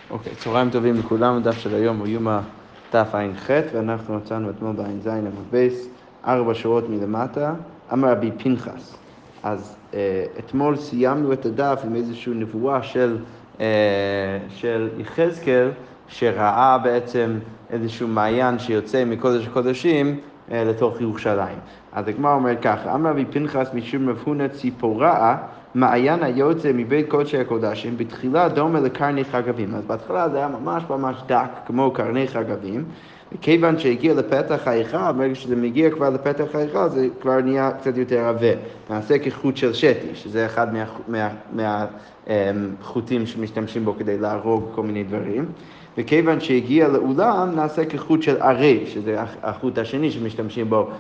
אוקיי, צהריים טובים לכולם, הדף של היום הוא יומא תע"ח, ואנחנו מצאנו אתמול בעין זין עמוד בייס, 4 שורות מלמטה, אמר רבי פנחס. אז אתמול סיימנו את הדף עם איזושהי נבואה של יחזקאל, שראה בעצם איזשהו מעיין שיוצא מקודש הקודשים לתוך ירושלים. אז הגמרא אומר ככה, אמר רבי פנחס משום רב הונא ציפוראה, מעיין היוצא מבית קודשי הקודשים, בתחילה דומה לקרני חגבים. אז בהתחלה זה היה ממש דק, כמו קרני חגבים, וכיוון שהגיע לפתח ההיכל, ברגע שזה מגיע כבר לפתח ההיכל, זה כבר נהיה קצת יותר עבה. נעשה כחוט של שתי, שזה אחד מהחוטים שמשתמשים בו כדי להרוג כל מיני דברים. וכיוון שהגיע לאולם, נעשה כחוט של ערב, שזה החוט השני שמשתמשים בו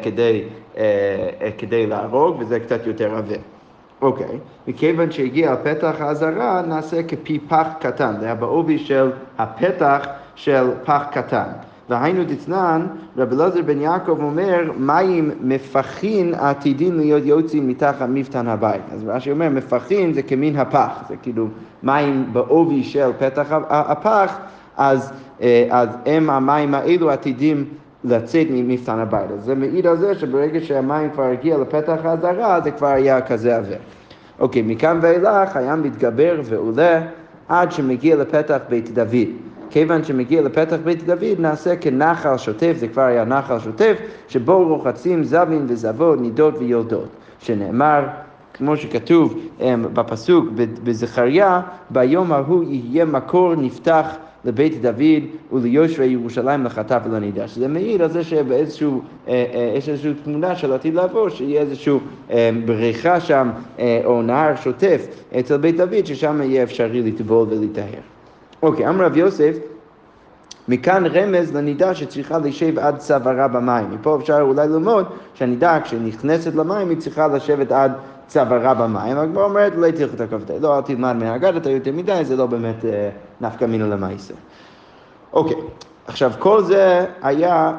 כדי להרוג, וזה קצת יותר עבה. אוקיי, וכיוון שהגיע הפתח האזהרה, נעשה כפי פח קטן. זה היה בעובי של הפתח של פח קטן. והיינו דתנן, רבי אלעזר בן יעקב אומר, מים מפחין עתידים להיות יוצאים מתחת מפתן הבית. אז מה שאומר, מפחין זה כמין הפח, זה כאילו מים בעובי של פתח הפח, אז הם המים האלו עתידים לצאת ממפתן הבית. אז זה מעיד על זה שברגע שהמים כבר הגיע לפתח האזהרה, זה כבר היה כזה עבה. אוקיי, מכאן ואילך הים מתגבר ועולה עד שמגיע לפתח בית דוד. כיוון שמגיע לפתח בית דוד נעשה כנחל שוטף, זה כבר היה נחל שוטף, שבו רוחצים זבין וזבות, נידות ויולדות. שנאמר, כמו שכתוב בפסוק בזכריה, ביום ההוא יהיה מקור נפתח לבית דוד וליושבי ירושלים לחטא ולנידה. שזה מעיד על זה יש איזושהי תמונה של עתיד לבוא, שיהיה איזושהי בריכה שם או נהר שוטף אצל בית דוד, ששם יהיה אפשרי לטבול ולטהר. אוקיי, אמר רב יוסף, מכאן רמז לנידה שצריכה לשב עד צווארה במים. מפה אפשר אולי ללמוד שהנידה כשנכנסת למים היא צריכה לשבת עד צווארה במים. הגמרא אומרת, לא תלך את הכבדה, לא אל תלמד מהאגדת יותר מדי, זה לא באמת נפקא מינה למעשה. אוקיי, עכשיו כל זה היה,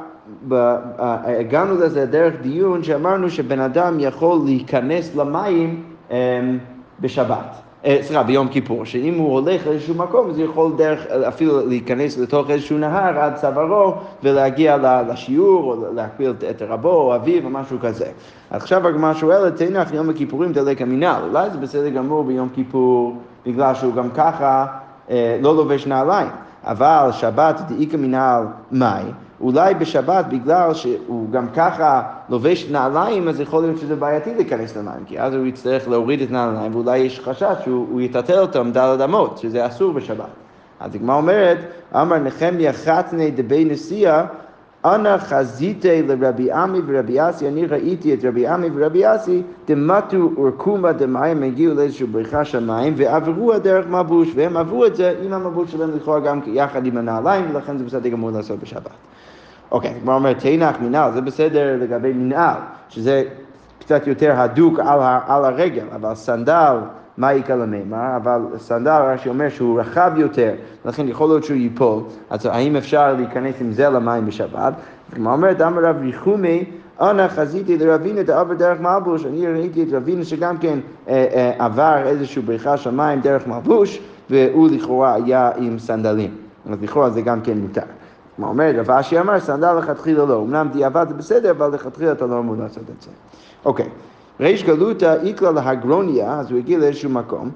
הגענו לזה דרך דיון שאמרנו שבן אדם יכול להיכנס למים בשבת. ביום כיפור, שאם הוא הולך לאיזשהו מקום, אז הוא יכול דרך אפילו להיכנס לתוך איזשהו נהר עד צווארו ולהגיע לשיעור או להקביל את רבו או אביו או משהו כזה. עכשיו הגמרא שואלת, תנח יום הכיפורים דלק המינהל, אולי זה בסדר גמור ביום כיפור בגלל שהוא גם ככה לא לובש נעליים, אבל שבת דאיכא מינהל מאי, אולי בשבת בגלל שהוא גם ככה לובש נעליים, אז יכול להיות שזה בעייתי להיכנס למים, כי אז הוא יצטרך להוריד את נעליים, ואולי יש חשש שהוא יטטל אותם דלת אמות, שזה אסור בשבת. אז הגמרא אומרת, אמר נחמיה חתני דבי נשיאה, אנא חזיתי לרבי עמי ורבי אסי, אני ראיתי את רבי עמי ורבי אסי, דמתו ורקומה דמים, הגיעו לאיזושהי בריכה של מים, ועברו הדרך מבוש, והם עברו את זה עם המבוש שלהם לכאורה גם יחד עם הנעליים, ולכן זה בסדר גמור לעשות בשבת. אוקיי, כמו אומר, תנח מנהל, זה בסדר לגבי מנהל, שזה קצת יותר הדוק על הרגל, אבל סנדל, מה יקרה למימה? אבל סנדל, רש"י אומר שהוא רחב יותר, לכן יכול להיות שהוא ייפול, אז האם אפשר להיכנס עם זה למים בשבת? כמו אומרת, אמר רב ריחומי, אנא חזיתי לרבינה דעבר דרך מלבוש, אני ראיתי את רבינה שגם כן עבר איזושהי בריכה של מים דרך מלבוש, והוא לכאורה היה עם סנדלים, אז לכאורה זה גם כן מותר. מה אומר, רב אשי אמר, סנדל לכתחילה לא, אמנם דיעבד זה בסדר, אבל לכתחילה אתה לא אמור לעשות את זה. אוקיי, ריש גלותא איקלה להגרוניה, אז הוא הגיע לאיזשהו מקום,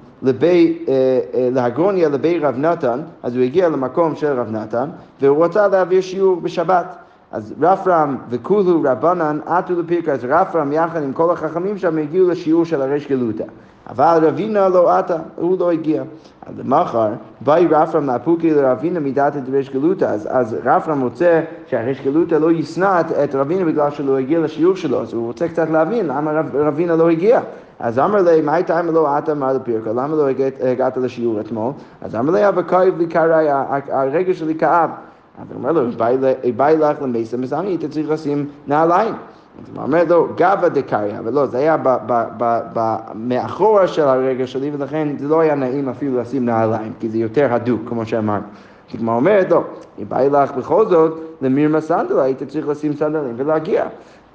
להגרוניה לבי רב נתן, אז הוא הגיע למקום של רב נתן, והוא רוצה להעביר שיעור בשבת. אז רפרם וכולו רבנן עטו לפרקה, אז רפרם יחד עם כל החכמים שם הגיעו לשיעור של הריש גלותא. אבל רבינה לא עטה, הוא לא הגיע. אז למחר, באי רפרם לאפוקי לרבינה מידת את ריש גלותא, אז רפרם רוצה שהריש גלותא לא ישנא את רבינה בגלל שלא הגיע לשיעור שלו, אז הוא רוצה קצת להבין למה רבינה לא הגיע. אז אמר לי, מה הייתה אם לא עטה אמר לפרקה, למה לא הגעת לשיעור אתמול? אז אמר לי, אבל כאב לי קראי, הרגע שלי כאב. אז הוא אומר לו, באי לך למסע, אז אני הייתי צריך לשים נעליים. אז הוא אומר לו, גבה דקריה, אבל לא, זה היה מאחורה של הרגע שלי, ולכן זה לא היה נעים אפילו לשים נעליים, כי זה יותר הדוק, כמו שאמרנו. כי כמו אומרת, לא, אם באי לך בכל זאת, למרמה סנדל, היית צריך לשים סנדלים ולהגיע.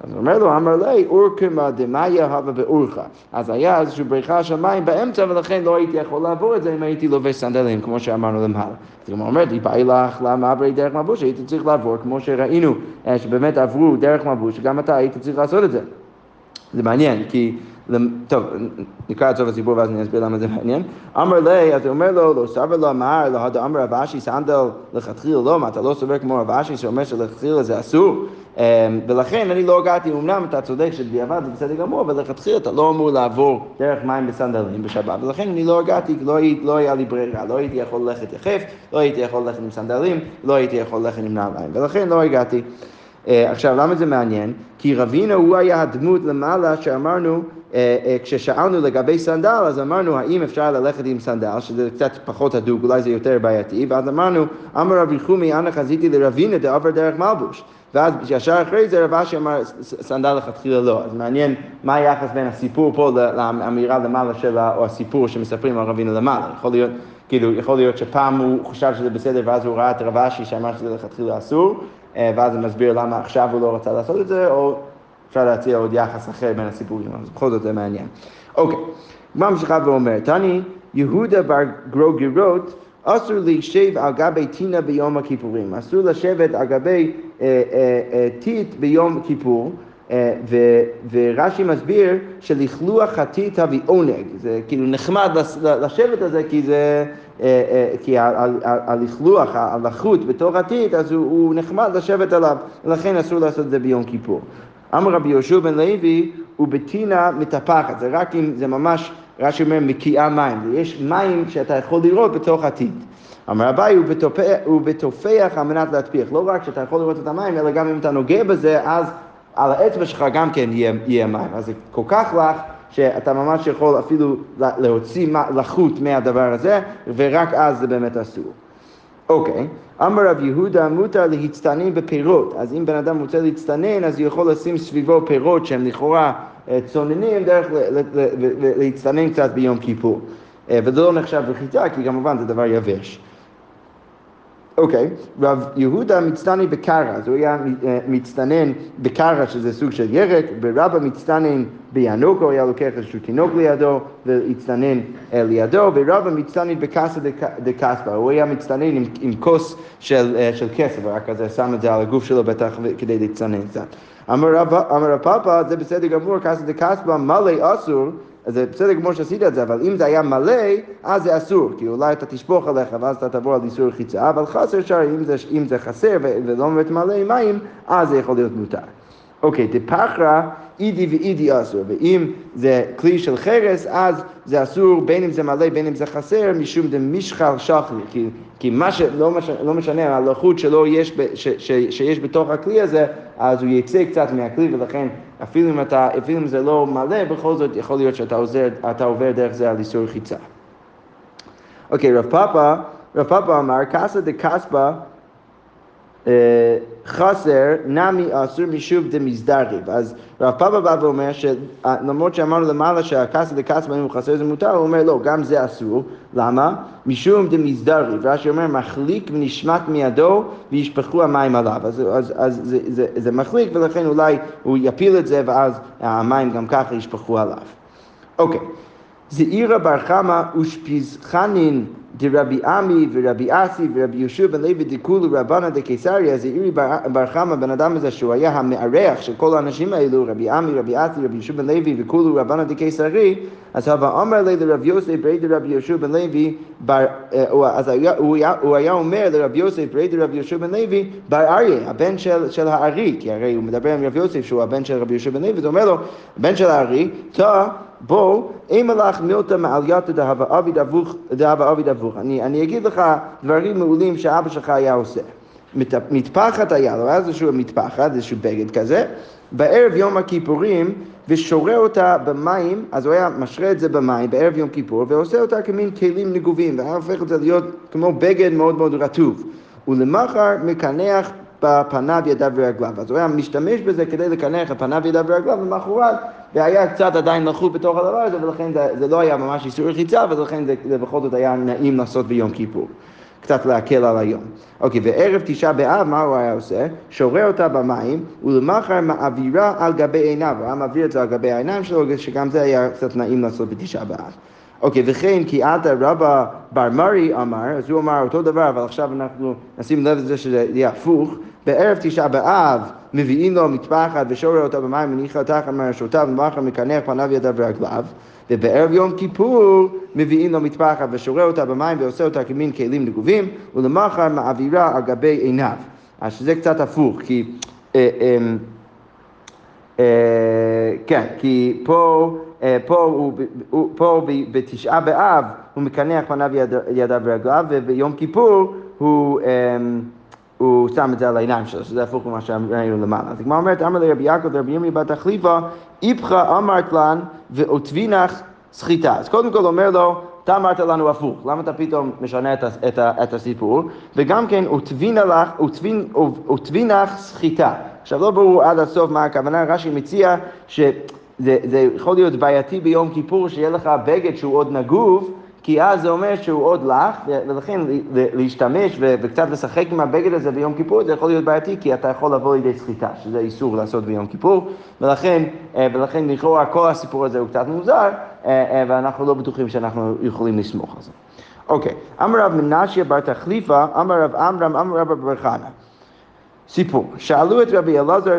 אז הוא אומר לו, אמר לי, אורקמה דמאיה הווה באורחה. אז היה איזושהי בריכה של מים באמצע, ולכן לא הייתי יכול לעבור את זה אם הייתי לובש סנדלים, כמו שאמרנו למעלה. אז הוא אומר, באי לך למעברי דרך מבוש, הייתי צריך לעבור, כמו שראינו, שבאמת עברו דרך מבוש, שגם אתה היית צריך לעשות את זה. זה מעניין, כי... טוב, נקרא את סוף הסיפור ואז אני אסביר למה זה מעניין. אמר לי, אז הוא אומר לו, לא סבר לו אמר, לא הדה אמר רב אשי סנדל לכתחילה לא, מה אתה לא סובר כמו רב אשי שאומר שלכתחילה זה אסור, ולכן אני לא הגעתי, אמנם אתה צודק שבדיעבד זה בסדר גמור, אבל לכתחילה אתה לא אמור לעבור דרך מים בסנדלים בשבת, ולכן אני לא הגעתי, לא היה לי ברירה, לא הייתי יכול ללכת יחף, לא הייתי יכול ללכת עם סנדלים, לא הייתי יכול ללכת עם נעליים, ולכן לא הגעתי. עכשיו, למה זה מעניין? כי רבינו הוא היה הדמות למעלה שאמרנו, כששאלנו לגבי סנדל, אז אמרנו, האם אפשר ללכת עם סנדל, שזה קצת פחות הדוק, אולי זה יותר בעייתי, ואז אמרנו, אמר רבי חומי, אנא חזיתי לרבינו דעבר דרך מלבוש. ואז ישר אחרי זה רב אשי אמר, סנדל לכתחילה לא. אז מעניין מה היחס בין הסיפור פה לאמירה למעלה שלה, או הסיפור שמספרים על רבינו למעלה. יכול להיות שפעם הוא חשב שזה בסדר, ואז הוא ראה את רב אשי שאמר שזה לכתחילה אסור, ואז הוא מסביר למה עכשיו הוא לא רצה לעשות את זה, או אפשר להציע עוד יחס אחר בין הסיפורים, אז בכל זאת זה מעניין. אוקיי, מה ממשיכה ואומר, תני, יהודה בר גרוגירות, אסור להישב על גבי טינה ביום הכיפורים, אסור לשבת על גבי טיט ביום כיפור, ורש"י מסביר שלכלוח חטית הביא עונג, זה כאילו נחמד לשבת על זה, כי הלכלוח, הלחות בתוך הטיט, אז הוא נחמד לשבת עליו, ולכן אסור לעשות את זה ביום כיפור. אמר רבי יהושע בן לוי, ובטינה מטפחת, זה רק אם זה ממש, רש"י אומר, מקיאה מים, יש מים שאתה יכול לראות בתוך הטיט. אמר אביי, הוא בתופח על מנת להטפיח, לא רק שאתה יכול לראות את המים, אלא גם אם אתה נוגע בזה, אז על האצבע שלך גם כן יהיה מים. אז זה כל כך לך, שאתה ממש יכול אפילו להוציא לחות מהדבר הזה, ורק אז זה באמת אסור. אוקיי, אמר רב יהודה, מותר להצטנן בפירות, אז אם בן אדם רוצה להצטנן, אז הוא יכול לשים סביבו פירות שהם לכאורה צוננים, דרך להצטנן קצת ביום כיפור. וזה לא נחשב בחיטה, כי כמובן זה דבר יבש. אוקיי, רב יהודה מצטנן בקרה, אז הוא היה מצטנן בקרה, שזה סוג של ירק, ורבא מצטנן בינוק, הוא היה לוקח איזשהו תינוק לידו, והצטנן לידו, ורבא מצטנן בקסה דקספה, הוא היה מצטנן עם כוס של כסף, רק אז שם את זה על הגוף שלו בטח כדי להצטנן קצת. אמר רב פאפא, זה בסדר גמור, קסה דקספה מלא אסור, אז זה בסדר גמור שעשית את זה, אבל אם זה היה מלא, אז זה אסור, כי אולי אתה תשפוך עליך, ואז אתה תבוא על איסור חיצה, אבל חסר שר, אם זה חסר ולא באמת מלא מים, אז זה יכול להיות מותר. אוקיי, דפחרא, אידי ואידי אסור, ואם זה כלי של חרס, אז זה אסור, בין אם זה מלא, בין אם זה חסר, משום דמשחל שחלי, כי מה שלא משנה, הלחות שלו שיש בתוך הכלי הזה, אז הוא יצא קצת מהכלי, ולכן אפילו אם זה לא מלא, בכל זאת יכול להיות שאתה עובר דרך זה על איסור חיצה. אוקיי, רב פאפא אמר, קסה דקספה, חסר נמי אסור משוב דמזדריב. אז רב פאפא בא ואומר שלמרות שאמרנו למעלה שהקסה דקספה אם הוא חסר זה מותר, הוא אומר לא, גם זה אסור. למה? משום דמזדריב. רש"י אומר מחליק ונשמט מידו וישפכו המים עליו. אז זה מחליק ולכן אולי הוא יפיל את זה ואז המים גם ככה ישפכו עליו. אוקיי. זעירא בר חמא ושפיזחנין דרבי עמי ורבי אסי ורבי יהושע בן לוי דכולו רבנא דקיסריה, זעירא בר חמא, בן אדם הזה שהוא היה המארח של כל האנשים האלו, רבי עמי, רבי אסי, רבי יהושע בן לוי וכולו רבנא דקיסרי, אז הווה אמר לי לרבי יוסף ברי דרבי יהושע בן לוי, אז הוא היה אומר לרבי יוסף ברי דרבי יהושע בן לוי, בר אריה, הבן של הארי, כי הרי הוא מדבר עם רבי יוסף שהוא הבן של רבי יהושע בן לוי, אז הוא אומר לו, הבן של הארי, בוא, אימא לך מילתא מעלייתא דהווה אבי דבוך. אני אגיד לך דברים מעולים שאבא שלך היה עושה. מטפחת היה לו, אז איזשהו מטפחת, איזשהו בגד כזה, בערב יום הכיפורים, ושורה אותה במים, אז הוא היה משרה את זה במים בערב יום כיפור, ועושה אותה כמין כלים נגובים, והיה הופך את זה להיות כמו בגד מאוד מאוד רטוב. ולמחר מקנח בפניו ידיו ורגליו. אז הוא היה משתמש בזה כדי לקנח את פניו ידיו ורגליו, ומאחוריו, והיה קצת עדיין לחות בתוך הדבר הזה, ולכן זה לא היה ממש איסור רחיצה, ולכן זה בכל זאת היה נעים לעשות ביום כיפור. קצת להקל על היום. אוקיי, וערב תשעה באב, מה הוא היה עושה? שורר אותה במים, ולמחר מעבירה על גבי עיניו. הוא היה מעביר את זה על גבי העיניים שלו, שגם זה היה קצת נעים לעשות בתשעה באב. אוקיי, וכן כי עתה רבא בר מרי אמר, אז הוא אמר אותו דבר, אבל עכשיו אנחנו נשים לב לזה שזה יהיה הפוך. בערב תשעה באב מביאים לו מטפחת ושורר אותה במים, מניחה אותה מראשותיו, ולמחר מקנח פניו ידיו ורגליו. ובערב יום כיפור מביאים לו מטפחת ושורר אותה במים ועושה אותה כמין כלים נגובים, ולמחר מעבירה על גבי עיניו. אז שזה קצת הפוך, כי כן, כי פה בתשעה באב הוא מקנח פניו ידיו ורגליו, וביום כיפור הוא שם את זה על העיניים שלו, שזה הפוך ממה שראינו למעלה. אז הגמרא אומרת, אמר לרבי יעקב ורבי ירמיה בת תחליפה, איפכא אמרת לן ועוטבינך סחיטה. אז קודם כל אומר לו, אתה אמרת לנו הפוך, למה אתה פתאום משנה את הסיפור? וגם כן, עוטבינך סחיטה. עכשיו לא ברור עד הסוף מה הכוונה, רש"י מציע שזה יכול להיות בעייתי ביום כיפור, שיהיה לך בגד שהוא עוד נגוב, כי אז זה אומר שהוא עוד לח, ולכן להשתמש וקצת לשחק עם הבגד הזה ביום כיפור, זה יכול להיות בעייתי, כי אתה יכול לבוא לידי סחיטה, שזה איסור לעשות ביום כיפור, ולכן לכאורה כל הסיפור הזה הוא קצת מוזר, ואנחנו לא בטוחים שאנחנו יכולים לסמוך על זה. אוקיי, אמר רב מנשיה בר תחליפה, אמר רב עמרם, אמר רב בר חנא. סיפור, שאלו את רבי אלעזר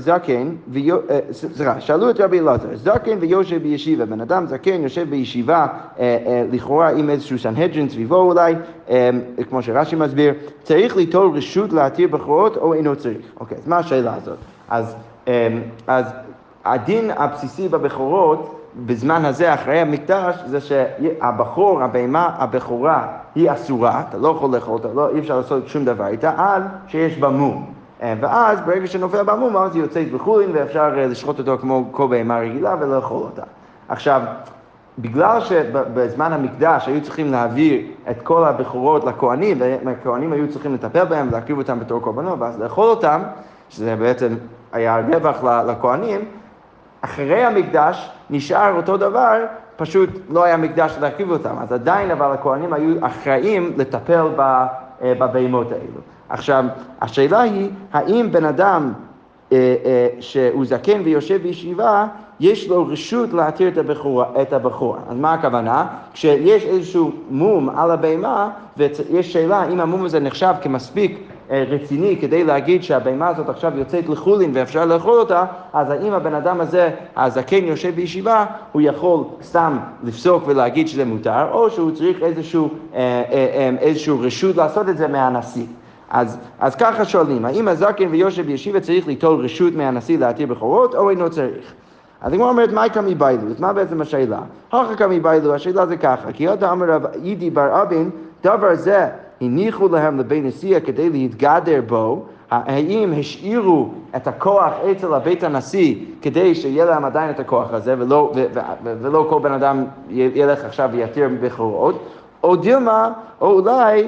זקן ויושב בישיבה, בן אדם זקן יושב בישיבה לכאורה עם איזשהו סנהדרין סביבו אולי, כמו שרש"י מסביר, צריך ליטול רשות להתיר בכורות או אינו צריך? אוקיי, אז מה השאלה הזאת? אז הדין הבסיסי בבכורות בזמן הזה אחרי המקדש זה שהבכור, הבהמה, הבכורה היא אסורה, אתה לא יכול לאכול אותה, אי אפשר לעשות שום דבר איתה, עד שיש בה מום. ואז ברגע שנופל במום, אז היא יוצאת בחולין ואפשר לשחוט אותו כמו כל בהמה רגילה ולאכול אותה. עכשיו, בגלל שבזמן המקדש היו צריכים להעביר את כל הבכורות לכהנים, והכהנים היו צריכים לטפל בהם ולהקריב אותם בתור קורבנות, ואז לאכול אותם, שזה בעצם היה רווח לכהנים, אחרי המקדש נשאר אותו דבר, פשוט לא היה מקדש להקריב אותם. אז עדיין אבל הכהנים היו אחראים לטפל בבהמות האלו. עכשיו, השאלה היא, האם בן אדם שהוא זקן ויושב בישיבה, יש לו רשות להתיר את הבכורה. אז מה הכוונה? כשיש איזשהו מום על הבהמה, ויש שאלה אם המום הזה נחשב כמספיק רציני כדי להגיד שהבהמה הזאת עכשיו יוצאת לחולין ואפשר לאכול אותה, אז האם הבן אדם הזה, הזקן יושב בישיבה, הוא יכול סתם לפסוק ולהגיד שזה מותר, או שהוא צריך איזשהו רשות לעשות את זה מהנשיא. אז ככה שואלים, האם הזקן ויושב בישיבה צריך ליטול רשות מהנשיא להתיר בכורות, או אינו צריך? אז הגמרא אומרת, מה קמי ביילו? מה בעצם השאלה? הכא קמי ביילו, השאלה זה ככה, כי ידע אמר רב אידי בר אבין, דבר זה הניחו להם לבית נשיא כדי להתגדר בו, האם השאירו את הכוח אצל הבית הנשיא כדי שיהיה להם עדיין את הכוח הזה, ולא כל בן אדם ילך עכשיו ויתיר בכורות, או דילמה, או אולי,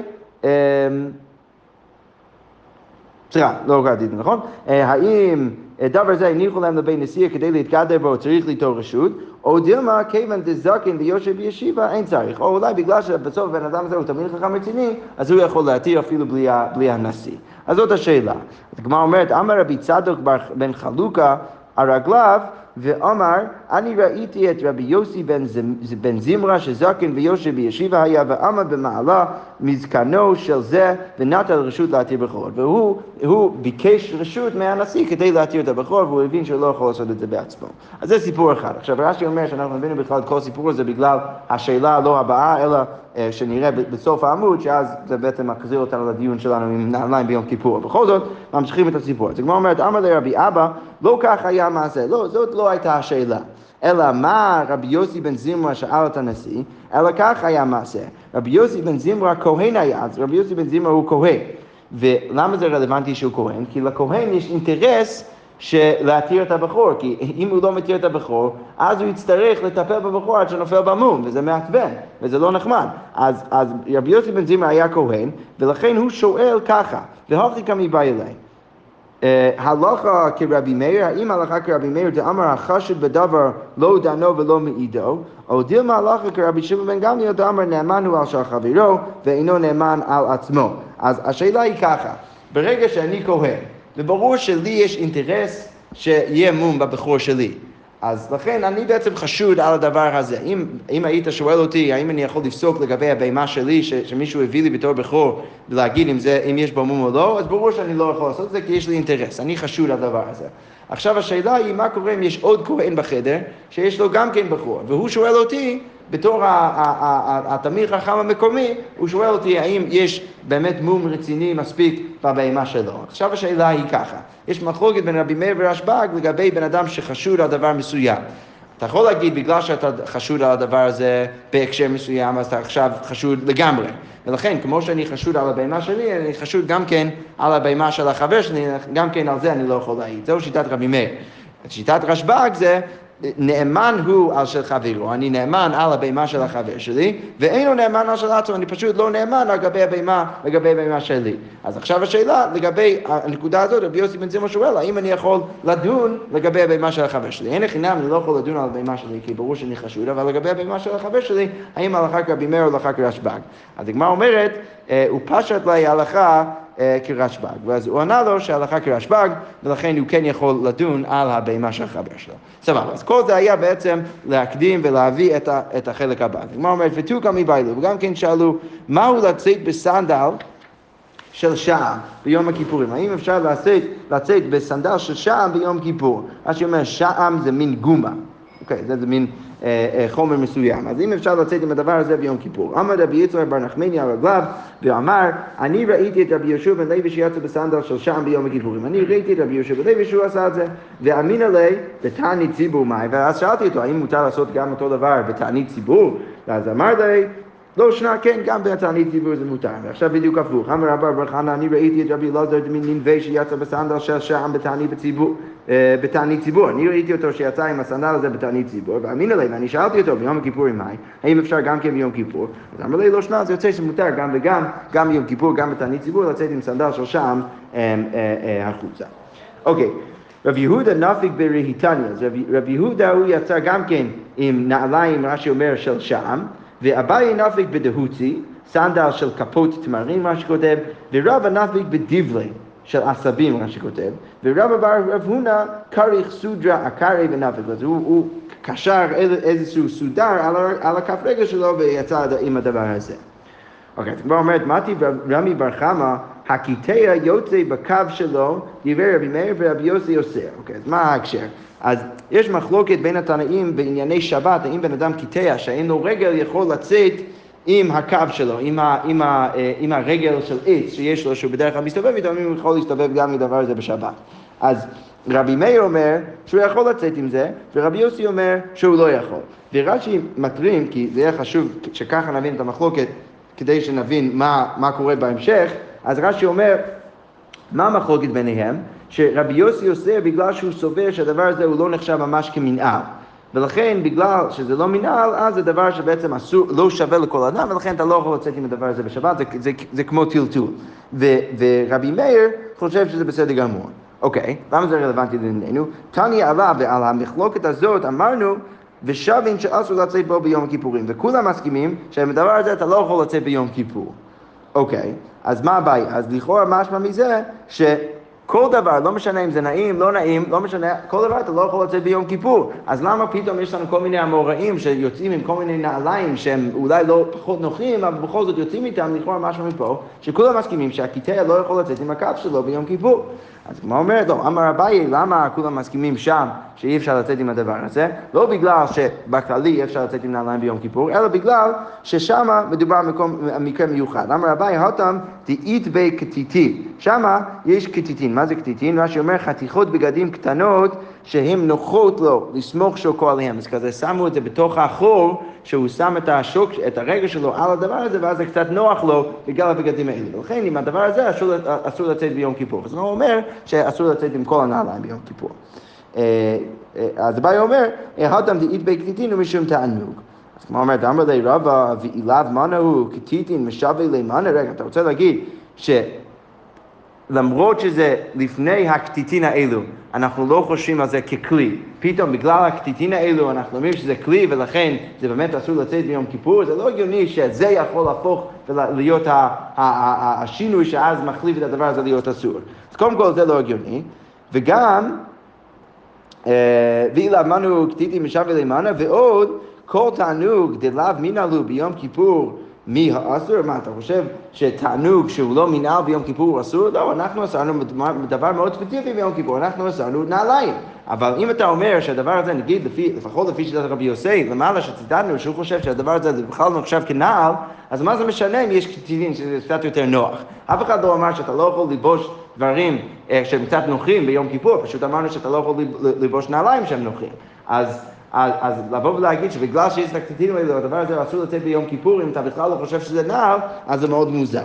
סליחה, לא קראתי את זה, נכון? האם דבר זה הניחו להם לבית נשיא כדי להתגדר בו צריך ליטול רשות, או דילמה, כיוון דזקן ויושב בישיבה, אין צריך. או אולי בגלל שבסוף בן אדם הזה הוא תמיד חכם רציני, אז הוא יכול להתיר אפילו בלי הנשיא. אז זאת השאלה. הגמרא אומרת, אמר רבי צדוק בן חלוקה על רגליו, ואמר, אני ראיתי את רבי יוסי בן זמרה שזקן ויושב בישיבה היה ועמד במעלה מזקנו של זה ונטל רשות להתיר בכורות. והוא ביקש רשות מהנשיא כדי להתיר את הבכור, והוא הבין שהוא לא יכול לעשות את זה בעצמו. אז זה סיפור אחד. עכשיו רש"י אומר שאנחנו מבינים בכלל את כל הסיפור הזה בגלל השאלה לא הבאה, אלא שנראה בסוף העמוד, שאז זה בעצם מחזיר אותנו לדיון שלנו עם נעליים ביום כיפור. בכל זאת, ממשיכים את הסיפור. אז הגמרא אומרת, אמר לרבי אבא, לא כך היה מעשה. לא, זאת לא הייתה השאלה. אלא מה רבי יוסי בן זמרה שאל את הנשיא, אלא כך היה מעשה. רבי יוסי בן זמרה כהן היה, אז רבי יוסי בן זמרה הוא כהן. ולמה זה רלוונטי שהוא כהן? כי לכהן יש אינטרס להתיר את הבכור, כי אם הוא לא מתיר את הבכור, אז הוא יצטרך לטפל בבכור עד שנופל במום, וזה מעצבן, וזה לא נחמד. אז רבי יוסי בן זמרה היה כהן, ולכן הוא שואל ככה, והוכי קמי בא אליי. הלכה כרבי מאיר, האם הלכה כרבי מאיר דאמר החשוד בדבר לא דנו ולא מעידו, או דילמה הלכה כרבי שמעון בן גמליאל דאמר נאמן הוא על של חברו ואינו נאמן על עצמו. אז השאלה היא ככה, ברגע שאני כהן, וברור שלי יש אינטרס שיהיה מום בבחור שלי, אז לכן אני בעצם חשוד על הדבר הזה. אם היית שואל אותי, האם אני יכול לפסוק לגבי הבהמה שלי, שמישהו הביא לי בתור בכור, ולהגיד אם יש בו מום או לא, אז ברור שאני לא יכול לעשות את זה, כי יש לי אינטרס. אני חשוד על הדבר הזה. עכשיו השאלה היא, מה קורה אם יש עוד כהן בחדר, שיש לו גם כן בכור, והוא שואל אותי, בתור התלמיד חכם המקומי, הוא שואל אותי האם יש באמת מום רציני מספיק בבהמה שלו. עכשיו השאלה היא ככה, יש מחלוקת בין רבי מאיר ורשב"ג לגבי בן אדם שחשוד על דבר מסוים. אתה יכול להגיד בגלל שאתה חשוד על הדבר הזה בהקשר מסוים, אז אתה עכשיו חשוד לגמרי. ולכן, כמו שאני חשוד על הבהמה שלי, אני חשוד גם כן על הבהמה של החבר שלי, גם כן על זה אני לא יכול להעיד. זהו שיטת רבי מאיר. שיטת רשב"ג זה נאמן הוא על של חברו, אני נאמן על הבהמה של החבר שלי, ואינו נאמן על של עצמו, אני פשוט לא נאמן לגבי הבהמה שלי. אז עכשיו השאלה, לגבי הנקודה הזאת, רבי יוסי בן זמרה שואל, האם אני יכול לדון לגבי הבהמה של החבר שלי? אין חינם, אני לא יכול לדון על הבהמה שלי, כי ברור שאני חשוד, אבל לגבי הבהמה של החבר שלי, האם הלכה כרבי מאיר או הלכה כרשב"ג? אז הגמרא אומרת, הוא פשט לה הלכה כרשב"ג, ואז הוא ענה לו שההלכה כרשב"ג, ולכן הוא כן יכול לדון על הבהמה של החבר שלו. סבבה, אז כל זה היה בעצם להקדים ולהביא את החלק הבא. הגמרא אומרת, ותוקא מבעילו, וגם כן שאלו, מהו לצאת בסנדל של שעם ביום הכיפורים? האם אפשר לצאת בסנדל של שעם ביום כיפור? מה שאומר, שעם זה מין גומה. אוקיי, זה מין חומר מסוים. אז אם אפשר לצאת עם הדבר הזה ביום כיפור. אמר רבי יצחק בר נחמני על רגליו ואמר, אני ראיתי את רבי יהושע בן לוי שיצא בסנדל של שעם ביום הכיפורים. אני ראיתי את רבי יהושע בן לוי שהוא עשה את זה. ואמינא ליה בתענית ציבור מאי. ואז שאלתי אותו, האם מותר לעשות גם אותו דבר בתענית ציבור? ואז אמר לי, לא שנה, כן, גם בתענית ציבור זה מותר. ועכשיו בדיוק הפוך. אמר רבא בר חנא, אני ראיתי את רבי אלעזר דמן ננבה שיצא בסנדל של שעם בתענית ציבור. אני ראיתי אותו שיצא עם הסנדל הזה בתענית ציבור, ואמינא ליה, ואני שאלתי אותו ביום הכיפורים מאי, האם אפשר גם כן ביום כיפור? אז אמר לי, לא שנה, זה יוצא שמותר גם וגם, גם ביום כיפור, גם בתענית ציבור, לצאת עם סנדל של שעם החוצה. אוקיי. רבי יהודה נפיק ברהיטניה, אז רבי יהודה הוא יצא גם כן עם נעליים, רש"י אומר, של שעם, ואביי נפיק בדהוצי, סנדל של כפות תמרים, מה שכותב, ורבא נפיק בדבלי של עשבים, מה שכותב, ורבא בר רב הונא כריך סודרה עקרי ונפיק, אז הוא קשר איזשהו סודר על הכף רגל שלו ויצא עם הדבר הזה. אוקיי, אז כבר אומרת, מתי רמי בר חמא, הקיטע יוצא בקו שלו, דברי רבי מאיר ורבי יוסי אוסר. אוקיי, אז מה ההקשר? אז יש מחלוקת בין התנאים בענייני שבת, האם בן אדם קיטע שאין לו רגל יכול לצאת עם הקו שלו, עם הרגל של עץ שיש לו, שהוא בדרך כלל מסתובב איתו, הוא יכול להסתובב גם מדבר הזה בשבת. אז רבי מאיר אומר שהוא יכול לצאת עם זה, ורבי יוסי אומר שהוא לא יכול. ורש"י מטרים, כי זה יהיה חשוב שככה נבין את המחלוקת, כדי שנבין מה קורה בהמשך, אז רש"י אומר, מה המחלוקת ביניהם? שרבי יוסי עושה בגלל שהוא סובר שהדבר הזה הוא לא נחשב ממש כמנהל. ולכן בגלל שזה לא מנהל, אז זה דבר שבעצם לא שווה לכל אדם, ולכן אתה לא יכול לצאת עם הדבר הזה בשבת, זה כמו טלטול. ורבי מאיר חושב שזה בסדר גמור. אוקיי, למה זה רלוונטי לענייננו? תניא עלה, ועל המחלוקת הזאת אמרנו, ושבין שאסור לצאת בו ביום הכיפורים. וכולם מסכימים שבדבר הזה אתה לא יכול לצאת ביום כיפור. אוקיי, אז מה הבעיה? אז לכאורה משמע מזה שכל דבר, לא משנה אם זה נעים, לא נעים, לא משנה, כל דבר אתה לא יכול לצאת ביום כיפור. אז למה פתאום יש לנו כל מיני אמוראים שיוצאים עם כל מיני נעליים שהם אולי לא פחות נוחים, אבל בכל זאת יוצאים איתם, לכאורה משמע מפה, שכולם מסכימים שהקיטע לא יכול לצאת עם הקו שלו ביום כיפור. אז כמו אומרת, לא, אמר אביי, למה כולם מסכימים שם שאי אפשר לצאת עם הדבר הזה? לא בגלל שבכללי אי אפשר לצאת עם נעליים ביום כיפור, אלא בגלל ששם מדובר במקרה מיוחד. אמר אביי, הותם דאית בי כתיתים. שם יש כתיתים. מה זה כתיתים? מה שאומר חתיכות בגדים קטנות שהן נוחות לו לסמוך שוקו עליהם. אז כזה שמו את זה בתוך החור, שהוא שם את הרגל שלו על הדבר הזה, ואז זה קצת נוח לו בגלל הבגדים האלה. ולכן עם הדבר הזה אסור לצאת ביום כיפור. אז הוא אומר שאסור לצאת עם כל הנעליים ביום כיפור. אז הבא אומר, הותם דאית בי כתיתין ומשום תענוג. אז כמו אומרת, אמר לי רבא ואילב מנהו כתיתין משווה למנה. רגע, אתה רוצה להגיד למרות שזה לפני הקטיטין האלו, אנחנו לא חושבים על זה ככלי. פתאום בגלל הקטיטין האלו אנחנו אומרים שזה כלי ולכן זה באמת אסור לצאת ביום כיפור. זה לא הגיוני שזה יכול להפוך ולהיות השינוי שאז מחליף את הדבר הזה להיות אסור. אז קודם כל זה לא הגיוני. וגם, ואילא מנו קטיטין משווה למענה, ועוד כל תענוג דלאו מנהלו ביום כיפור מי האסור? מה, אתה חושב שתענוג שהוא לא מנהל ביום כיפור הוא אסור? לא, אנחנו אסרנו דבר מאוד ספציפי ביום כיפור, אנחנו אסרנו נעליים. אבל אם אתה אומר שהדבר הזה, נגיד, לפחות לפי שיטת רבי יוסי, למעלה שציטטנו, שהוא חושב שהדבר הזה בכלל לא נחשב כנעל, אז מה זה משנה אם יש קטיטין שזה קצת יותר נוח? אף אחד לא אמר שאתה לא יכול לבוש דברים שהם קצת נוחים ביום כיפור, פשוט אמרנו שאתה לא יכול לבוש נעליים שהם נוחים. אז לבוא ולהגיד שבגלל שיש את הקטיטין האלו, הדבר הזה אסור לצאת ביום כיפור, אם אתה בכלל לא חושב שזה נעל, אז זה מאוד מוזר.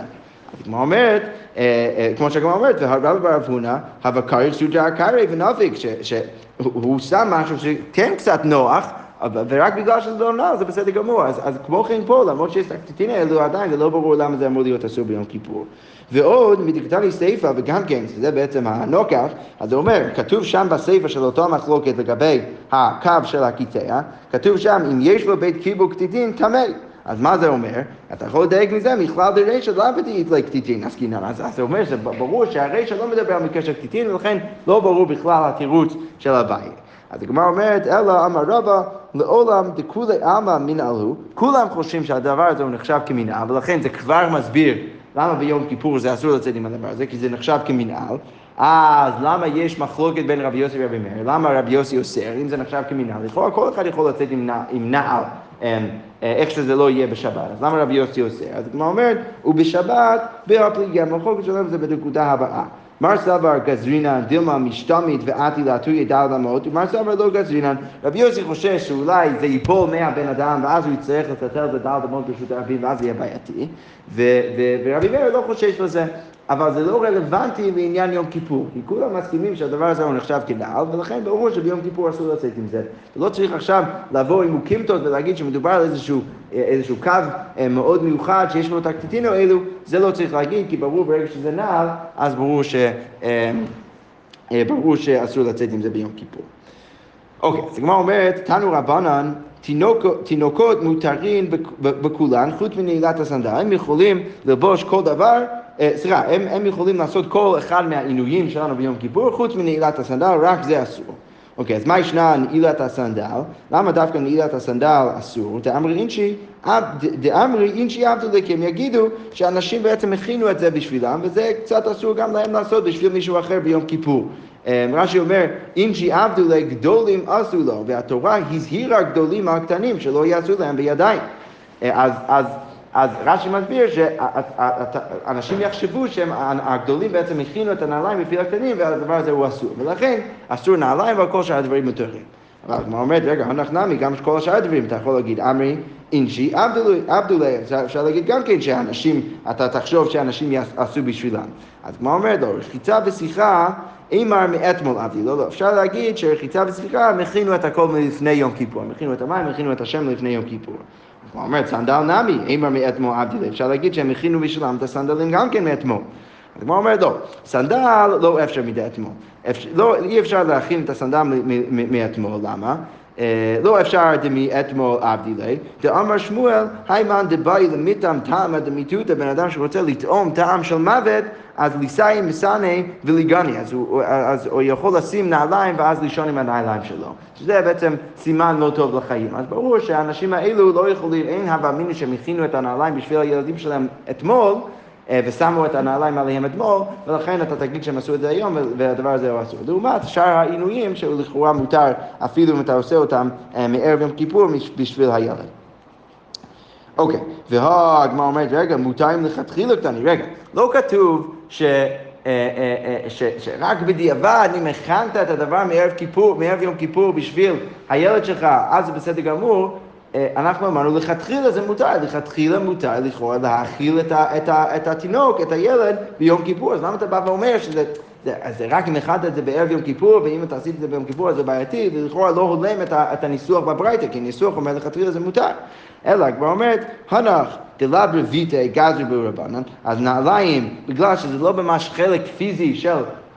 כמו שהגמרא אומרת, והרבה ברב הונא, הווה קרעי סוג'ה קרעי ונפיק, שהוא שם משהו שכן קצת נוח, ורק בגלל שזה לא נעל, זה בסדר גמור. אז כמו כן פה, למרות שיש את הקטיטין האלו, עדיין זה לא ברור למה זה אמור להיות אסור ביום כיפור. ועוד, מדקדמי סייפה, וגם כן, זה בעצם הנוקח, אז זה אומר, כתוב שם בסייפה של אותו המחלוקת לגבי הקו של הקיטע, כתוב שם, אם יש לו בית קיבול קטיטין, טמא. אז מה זה אומר? אתה יכול לדייק מזה, מכלל דרישא לאו דאית לקטיטין עסקינן. אז זה אומר שברור שהרישא לא מדבר על מקרה של קטיטין, ולכן לא ברור בכלל התירוץ של הבעיה. אז הגמרא אומרת, אלא אמר רבא, לעולם דכולי עלמא מנהלו, כולם חושבים שהדבר הזה הוא נחשב כמנהל, ולכן זה כבר מסביר למה ביום כיפור זה אסור לצאת עם הדבר הזה, כי זה נחשב כמנהל. אז למה יש מחלוקת בין רבי יוסי ורבי מאיר? למה רבי יוסי אוסר, אם זה נחשב כמנהל? לכאורה כל אחד יכול לצאת עם נעל, איך שזה לא יהיה בשבת. אז למה רבי יוסי אוסר? אז כמו אומרת, ובשבת, בהפליגיה, מחלוקת שלנו זה בנקודה הבאה. מר סבר גזרינן, דילמה משתמית ועתי לעתוי ידע למות, ומר סבר לא גזרינן. רבי יוסי חושש שאולי זה ייפול מהבן אדם, ואז הוא יצטרך לטלטל את הדל למות ברשות הרבים, ואז זה יהיה בעייתי. ורבי מאיר לא חושש לזה, אבל זה לא רלוונטי לעניין יום כיפור, כי כולם מסכימים שהדבר הזה הוא נחשב כנעל, ולכן ברור שביום כיפור אסור לצאת עם זה. ולא צריך עכשיו לבוא עם מוקימתות ולהגיד שמדובר על איזשהו קו מאוד מיוחד שיש לו את הקטיטין האלו, זה לא צריך להגיד, כי ברור ברגע שזה נעל, אז ברור שאסור לצאת עם זה ביום כיפור. אוקיי, אז הגמרא אומרת, תנו רבנן, תינוקות מותרים בכולן, חוץ מנעילת הסנדל, הם יכולים ללבוש כל דבר, הם יכולים לעשות כל אחד מהעינויים שלנו ביום כיפור, חוץ מנעילת הסנדל, רק זה אסור. אוקיי, אז מה ישנה נעילת הסנדל? למה דווקא נעילת הסנדל אסור? דאמרי אינשי עבדו כי הם יגידו שאנשים בעצם הכינו את זה בשבילם, וזה קצת אסור גם להם לעשות בשביל מישהו אחר ביום כיפור. רש"י אומר, אינשי עבדו גדולים עשו לו, והתורה הזהירה גדולים הקטנים שלא יעשו להם בידיים. אז רש"י מסביר שאנשים יחשבו שהגדולים בעצם הכינו את הנעליים בפי הקטנים, והדבר הזה הוא אסור. ולכן אסור נעליים ועל כל שאר הדברים מותרים. אבל כמו אומרת, רגע, אנחנו גם כל השאר הדברים, אתה יכול להגיד, אמרי, אינשי, עבדולי, אפשר להגיד גם כן שאנשים, אתה תחשוב שאנשים עשו בשבילם. אז כמו אומרת, לא, רחיצה ושיחה, אימר מאתמול עבדי, לא, אפשר להגיד שרחיצה ושיחה, הם הכינו את הכל מלפני יום כיפור, הם הכינו את המים, הם הכינו את השם לפני יום כיפור. כמו אומרת, סנדל נמי, אימר מאתמול עבדי, אפשר להגיד שהם הכינו בשבילם את הסנדלים גם כן מאתמול. אז כמו אומרת, לא, סנדל לא אפשר מדי אתמול. אי אפשר להכין את הסנדל מאתמול, למה? לא אפשר מאתמול עבדי לי. דאמר שמואל, היימן דבאי למיתם טעם דמיתותא, בן אדם שרוצה לטעום טעם של מוות, אז ליסאי מסני וליגני, אז הוא יכול לשים נעליים ואז לישון עם הנעליים שלו. שזה בעצם סימן לא טוב לחיים. אז ברור שהאנשים האלו לא יכולים, אין הווה אמינא שהם הכינו את הנעליים בשביל הילדים שלהם אתמול, ושמו את הנעליים עליהם אתמול, ולכן אתה תגיד שהם עשו את זה היום, והדבר הזה הוא אסור. לעומת שאר העינויים שהוא לכאורה מותר, אפילו אם אתה עושה אותם מערב יום כיפור בשביל הילד. אוקיי, והגמרא אומרת, רגע, מותרים לכתחילה קטנים, רגע, לא כתוב שרק בדיעבד, אם הכנת את הדבר מערב יום כיפור בשביל הילד שלך, אז זה בסדר גמור, אנחנו אמרנו, לכתחילה זה מותר, לכתחילה מותר לכאורה להאכיל את התינוק, את הילד, ביום כיפור. אז למה אתה בא ואומר זה רק אם אחד את זה בערב יום כיפור, ואם אתה עשית את זה ביום כיפור, אז זה בעייתי, ולכאורה לא הולם את הניסוח בברייתא, כי ניסוח אומר לכתחילה זה מותר. אלא כבר אומרת, הנח דלאו רביתא גזר ברבנן, אז נעליים, בגלל שזה לא ממש חלק פיזי של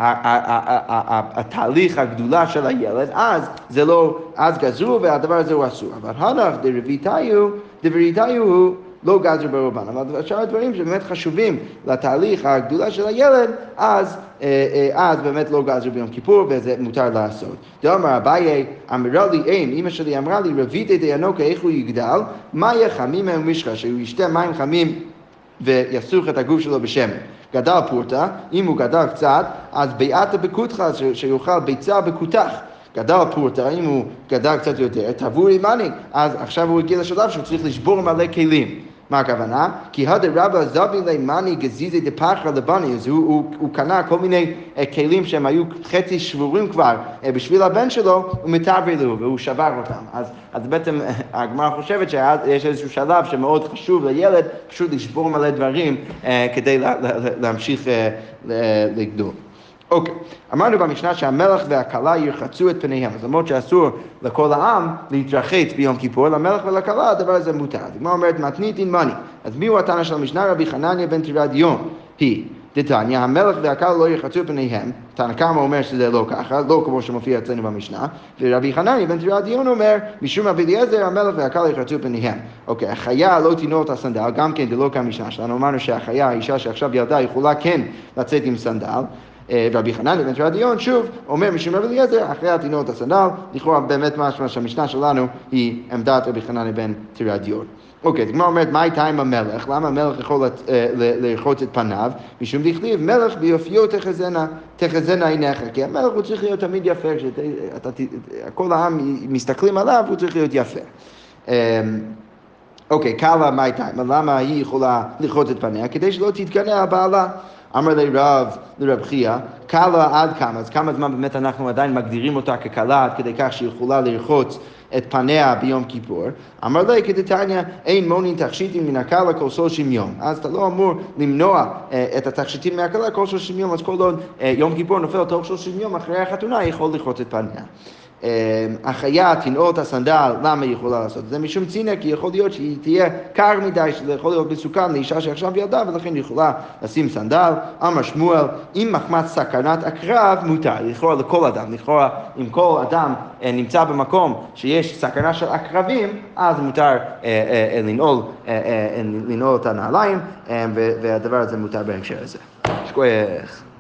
התהליך הגדולה של הילד, אז זה לא, אז גזרו והדבר הזה הוא אסור. אבל הנח דבריתיו הוא לא גזר ברבנן. אבל שאר הדברים שבאמת חשובים לתהליך הגדולה של הילד, אז באמת לא גזר ביום כיפור וזה מותר לעשות. דאמר אביי, אמרה לי אין, אמא שלי אמרה לי, רביתא דינוקה איך הוא יגדל, מה יהיה חמים ומשחה, שהוא ישתה מים חמים ויסוך את הגוף שלו בשמן. גדל פורתא, אם הוא גדל קצת, אז ביעתא בקותחה, שיאכל ביצה בקותח. גדל פורתא, אם הוא גדל קצת יותר, תבורי מני, אז עכשיו הוא הגיע לשלב שהוא צריך לשבור מלא כלים. מה הכוונה? כי הדה רבא זבי למאני גזיזי דפחרא לבני, אז הוא קנה כל מיני כלים שהם היו חצי שבורים כבר בשביל הבן שלו, הוא מתעבר לו והוא שבר אותם. אז בעצם הגמרא חושבת שיש איזשהו שלב שמאוד חשוב לילד פשוט לשבור מלא דברים כדי להמשיך לגדול. אוקיי, אמרנו במשנה שהמלך והכלה ירחצו את פניהם, אז למרות שאסור לכל העם להתרחץ ביום כיפור, למלך ולכלה הדבר הזה מותר. הגמרא אומרת מתניתין מני, אז מי הוא התנא של המשנה? רבי חנניה בן תרדיון היא דתניא, המלך והכלה לא ירחצו את פניהם, תנא קמא אומר שזה לא ככה, לא כמו שמופיע אצלנו במשנה, ורבי חנניה בן תרדיון אומר, משום רבי אליעזר המלך והכלה ירחצו את פניהם. אוקיי, החיה לא תינור את הסנדל, גם כן זה לא כמשנה שלנו, אמרנו שהחיה, האישה שעכשיו ילדה, יכולה כן לצאת עם סנדל, רבי חנניה בן תרדיון שוב אומר משום רבי אליעזר החיה תינור את הסנדל, לכאורה באמת משמע שהמשנה שלנו היא עמדת רבי חנניה בן תרדיון. אוקיי, הגמרא אומרת, מה הייתה עם המלך? למה המלך יכול לרחוץ את פניו? משום דכתיב, מלך ביופיו תחזינה עיניך, כי המלך הוא צריך להיות תמיד יפה, כל העם מסתכלים עליו, הוא צריך להיות יפה. אוקיי, כלה מה הייתה? למה היא יכולה לרחוץ את פניה? כדי שלא תתקנא על בעלה. אמר לרב חייא, כלה עד כמה, אז כמה זמן באמת אנחנו עדיין מגדירים אותה ככלה עד כדי כך שהיא יכולה לרחוץ את פניה ביום כיפור. אמר לי כדתניא, אין מונין תכשיטים מן הכלה כל 30 יום. אז אתה לא אמור למנוע את התכשיטים מהכלה כל 30 יום, אז כל עוד יום כיפור נופל תוך 30 יום אחרי החתונה, יכול לרחוץ את פניה. החיה תנעור את הסנדל, למה היא יכולה לעשות? זה משום צינא, כי יכול להיות שהיא תהיה קר מדי, שזה יכול להיות מסוכן לאישה שעכשיו ילדה, ולכן היא יכולה לשים סנדל. אמר שמואל, אם מחמת סכנת עקרב מותר, לכאורה לכל אדם, לכאורה אם כל אדם נמצא במקום שיש סכנה של עקרבים, אז מותר לנעול את הנעליים, והדבר הזה מותר בהקשר הזה. שכוח.